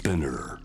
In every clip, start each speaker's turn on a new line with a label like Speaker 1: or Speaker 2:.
Speaker 1: Spinner。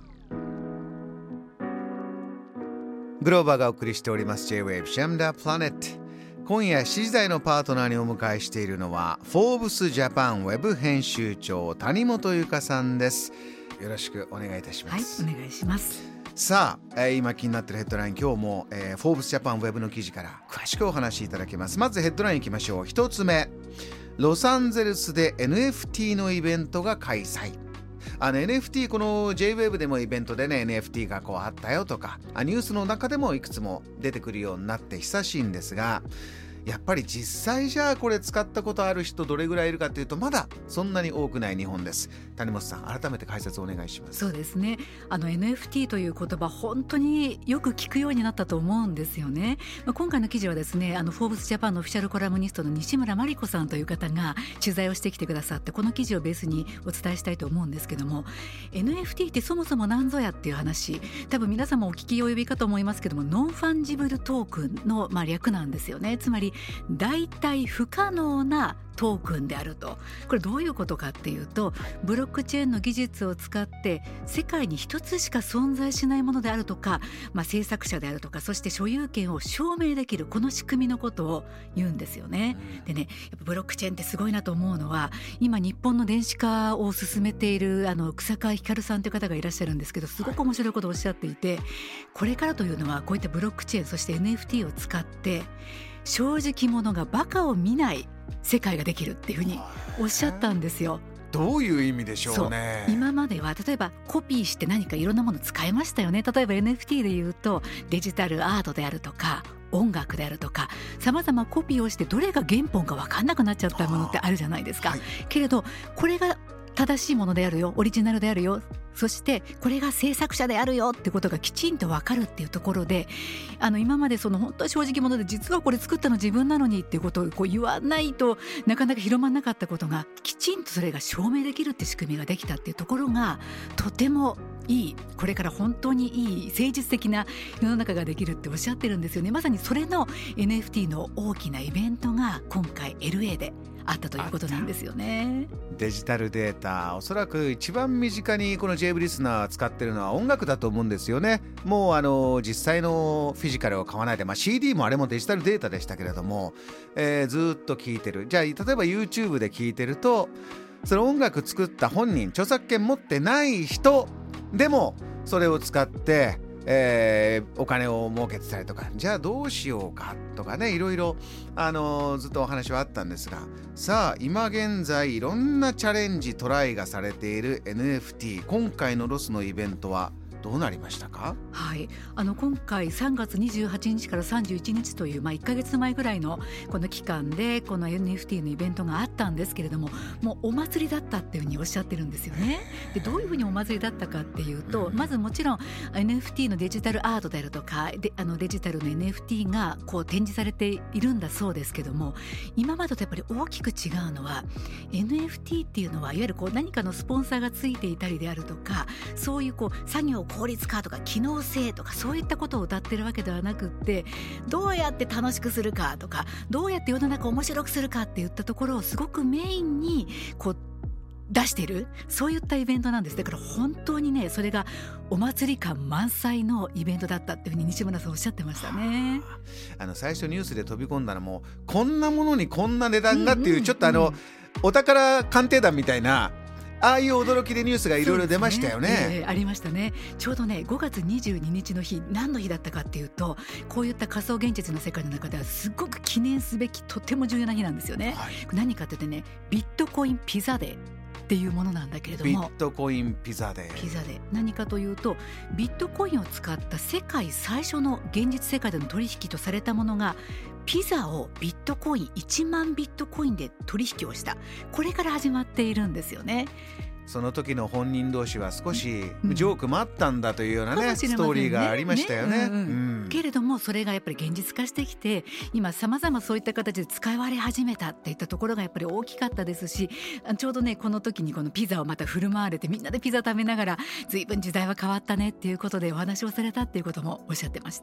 Speaker 2: グローバーがお送りしております J-Wave Sham Da Planet。 今夜7時台のパートナーにお迎えしているのはフォーブスジャパンウェブ編集長谷本由香さんです。よろしくお願いいたします。
Speaker 3: はい、お願いします。
Speaker 2: さあ、今気になっているヘッドライン、今日も、フォーブスジャパンウェブの記事から詳しくお話しいただきます。まずヘッドラインいきましょう。一つ目、ロサンゼルスで NFT のイベントが開催。NFT、この J-Wave でもイベントでね NFT がこうあったよとかニュースの中でもいくつも出てくるようになって久しいんですが、やっぱり実際じゃあこれ使ったことある人どれぐらいいるかというとまだそんなに多くない日本です。谷本さん、改めて解説お願いします。
Speaker 3: そうですね、NFT という言葉本当によく聞くようになったと思うんですよね。今回の記事はですね、フォーブスジャパンのオフィシャルコラムニストの西村真理子さんという方が取材をしてきてくださって、この記事をベースにお伝えしたいと思うんですけども、 NFT ってそもそも何ぞやっていう話、多分皆様お聞き及びかと思いますけども、ノンファンジブルトークンの、略なんですよね。つまり代替不可能なトークンであると。これどういうことかっていうと、ブロックチェーンの技術を使って世界に一つしか存在しないものであるとか、制作者であるとか、そして所有権を証明できるこの仕組みのことを言うんですよね。でね、やっぱブロックチェーンってすごいなと思うのは、今日本の電子化を進めている草川光さんという方がいらっしゃるんですけど、すごく面白いことをおっしゃっていて、これからというのはこういったブロックチェーン、そして NFT を使って正直者がバカを見ない世界ができるっていうふうにおっしゃったんですよ。
Speaker 2: どういう意味でしょうね。
Speaker 3: 今までは例えばコピーして何かいろんなもの使えましたよね。例えば NFT でいうとデジタルアートであるとか音楽であるとか、さまざまコピーをしてどれが原本か分かんなくなっちゃったものってあるじゃないですか、けれどこれが正しいものであるよ、オリジナルであるよ、そしてこれが制作者であるよってことがきちんと分かるっていうところで、今まで本当に正直者で実はこれ作ったの自分なのにっていうことをこう言わないとなかなか広まらなかったことが、きちんとそれが証明できるって仕組みができたっていうところがとてもいい、これから本当にいい誠実的な世の中ができるっておっしゃってるんですよね。まさにそれの NFT の大きなイベントが今回 LA であったということなんですよね。
Speaker 2: デジタルデータ、おそらく一番身近にこの J ブリスナー使ってるのは音楽だと思うんですよね。もう実際のフィジカルを買わないで、CD もあれもデジタルデータでしたけれども、ずっと聴いてる。じゃあ例えば YouTube で聴いてると、その音楽作った本人、著作権持ってない人でもそれを使ってお金を儲けてたりとか、じゃあどうしようかとかね、いろいろずっとお話はあったんですが、さあ今現在いろんなチャレンジトライがされている NFT、 今回のロスのイベントはどうなりましたか？
Speaker 3: はい、今回3月28日から31日という、1ヶ月前ぐらいのこの期間でこの NFT のイベントがあったんですけれども、もうお祭りだったっていうふうにおっしゃってるんですよね。でどういうふうにお祭りだったかっていうと、まずもちろん NFT のデジタルアートであるとかデジタルの NFT がこう展示されているんだそうですけども、今までとやっぱり大きく違うのは NFT っていうのはいわゆるこう何かのスポンサーがついていたりであるとか、そういうこう作業効率化とか機能性とかそういったことを謳ってるわけではなくって、どうやって楽しくするかとか、どうやって世の中を面白くするかっていったところをすごくメインにこう出している、そういったイベントなんです。だから本当にね、それがお祭り感満載のイベントだったっていうふうに西村さんおっしゃってましたね。
Speaker 2: 最初ニュースで飛び込んだのも、こんなものにこんな値段がっていう、ちょっとお宝鑑定団みたいな、ああいう驚きでニュースがいろいろ出ましたよね。
Speaker 3: ありましたね。ちょうどね5月22日の日、何の日だったかっていうと、こういった仮想現実の世界の中ではすごく記念すべきとても重要な日なんですよね、何かって言ってね、ビットコインピザデーっていうものなんだけれども、
Speaker 2: ビットコインピザデー、
Speaker 3: 何かというと、ビットコインを使った世界最初の現実世界での取引とされたものが、ピザをビットコイン1万ビットコインで取引をした、これから始まっているんですよね。
Speaker 2: その時の本人同士は少しジョークもあったんだというようなね、ストーリーがありましたよね。
Speaker 3: けれどもそれがやっぱり現実化してきて、今さまざまそういった形で使われ始めたっていったところがやっぱり大きかったですし、ちょうどねこの時にこのピザをまた振る舞われて、みんなでピザ食べながら、随分時代は変わったねっていうことでお話をされたっていうこともおっしゃってました。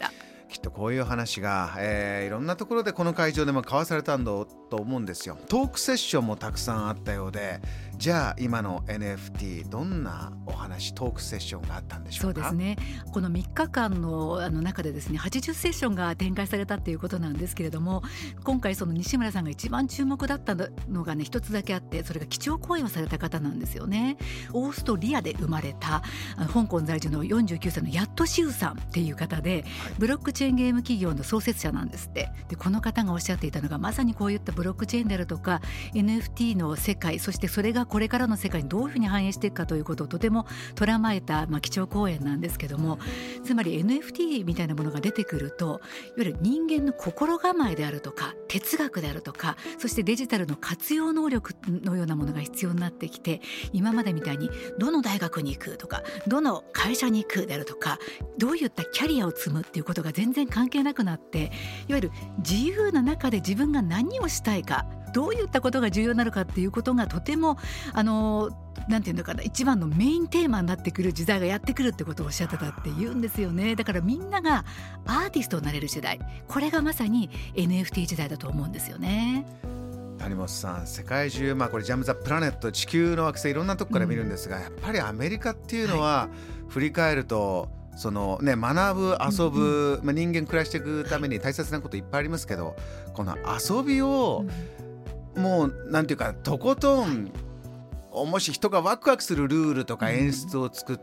Speaker 2: きっとこういう話が、いろんなところでこの会場でも交わされたんだと思うんですよ。トークセッションもたくさんあったようで、じゃあ今の NFT どんなお話、トークセッションがあったんでしょうか。
Speaker 3: そうですね、この3日間の中でですね80セッションが展開されたっていうことなんですけれども、今回その西村さんが一番注目だったのがね一つだけあって、それが基調講演をされた方なんですよね。オーストリアで生まれた香港在住の49歳のヤットシウさんっていう方で、ブロックチェーンゲーム企業の創設者なんですって。でこの方がおっしゃっていたのが、まさにこういったブロックチェーンであるとか NFT の世界、そしてそれがこれからの世界にどういうふうに反映していくかということをとても捉まえた、基調講演なんですけども、つまり NFT みたいなものが出てくると、いわゆる人間の心構えであるとか哲学であるとか、そしてデジタルの活用能力のようなものが必要になってきて、今までみたいにどの大学に行くとかどの会社に行くであるとか、どういったキャリアを積むっていうことが全然関係なくなって、いわゆる自由な中で自分が何をしたいか、どういったことが重要なのかっていうことがとてもなんていうのかな、一番のメインテーマになってくる時代がやってくるってことをおっしゃってたって言うんですよね。だからみんながアーティストになれる時代、これがまさに NFT 時代だと思うんですよね。
Speaker 2: 谷本さん、世界中、これジャム・ザ・プラネット、地球の惑星いろんなとこから見るんですが、やっぱりアメリカっていうのは、振り返るとそのね、学ぶ遊ぶ、人間暮らしていくために大切なこといっぱいありますけど、この遊びを、もうなんていうかとことん、もし人がワクワクするルールとか演出を作って、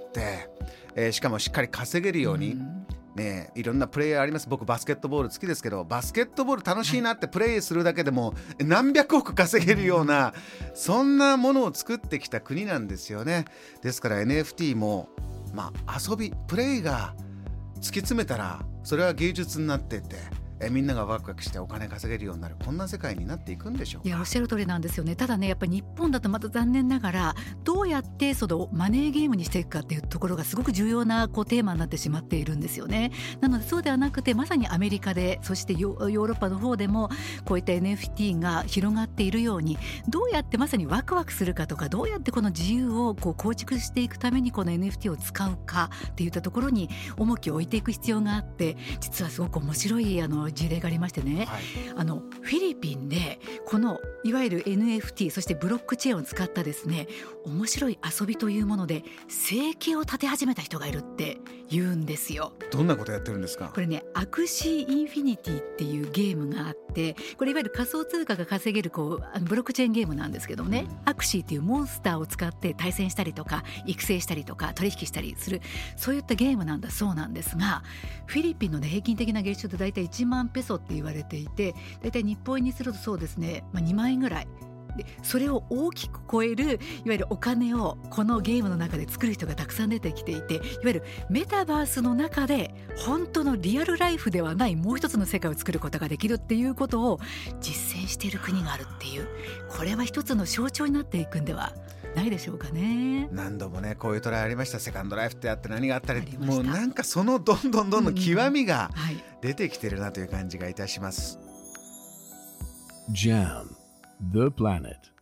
Speaker 2: しかもしっかり稼げるように、いろんなプレイヤーあります。僕バスケットボール好きですけど、バスケットボール楽しいなってプレイするだけでも何百億稼げるような、そんなものを作ってきた国なんですよね。ですから NFT も、遊びプレイが突き詰めたらそれは芸術になってってみんながワクワクしてお金稼げるようになる、こんな世界になっていくんでしょうか。
Speaker 3: いや、おっしゃる通りなんですよね。ただね、やっぱり日本だとまた残念ながら、どうやってそのマネーゲームにしていくかっていうところがすごく重要なテーマになってしまっているんですよね。なのでそうではなくて、まさにアメリカで、そしてヨーロッパの方でもこういった NFT が広がっているように、どうやってまさにワクワクするかとか、どうやってこの自由を構築していくためにこの NFT を使うかっていったところに重きを置いていく必要があって、実はすごく面白い事例がありましてね、フィリピンでこのいわゆる NFT、 そしてブロックチェーンを使ったですね、面白い遊びというもので生計を立て始めた人がいるって言うんですよ。
Speaker 2: どんなことやってるんですか。
Speaker 3: これね、アクシーインフィニティっていうゲームがあって、これいわゆる仮想通貨が稼げるブロックチェーンゲームなんですけどね、アクシーっていうモンスターを使って対戦したりとか育成したりとか取引したりする、そういったゲームなんだそうなんですが、フィリピンの、平均的な月収ってだいたい1万ペソって言われていて、だいたい日本円にするとそうですね、2万円ぐらいで、それを大きく超えるいわゆるお金をこのゲームの中で作る人がたくさん出てきていて、いわゆるメタバースの中で本当のリアルライフではないもう一つの世界を作ることができるっていうことを実践している国があるっていう、これは一つの象徴になっていくんではないでしょうかね。
Speaker 2: 何度もね、こういうトライありました。セカンドライフってあって何があったり、もうなんかそのどんどん極みが出てきてるなという感じがいたします。
Speaker 1: JAM, the planet.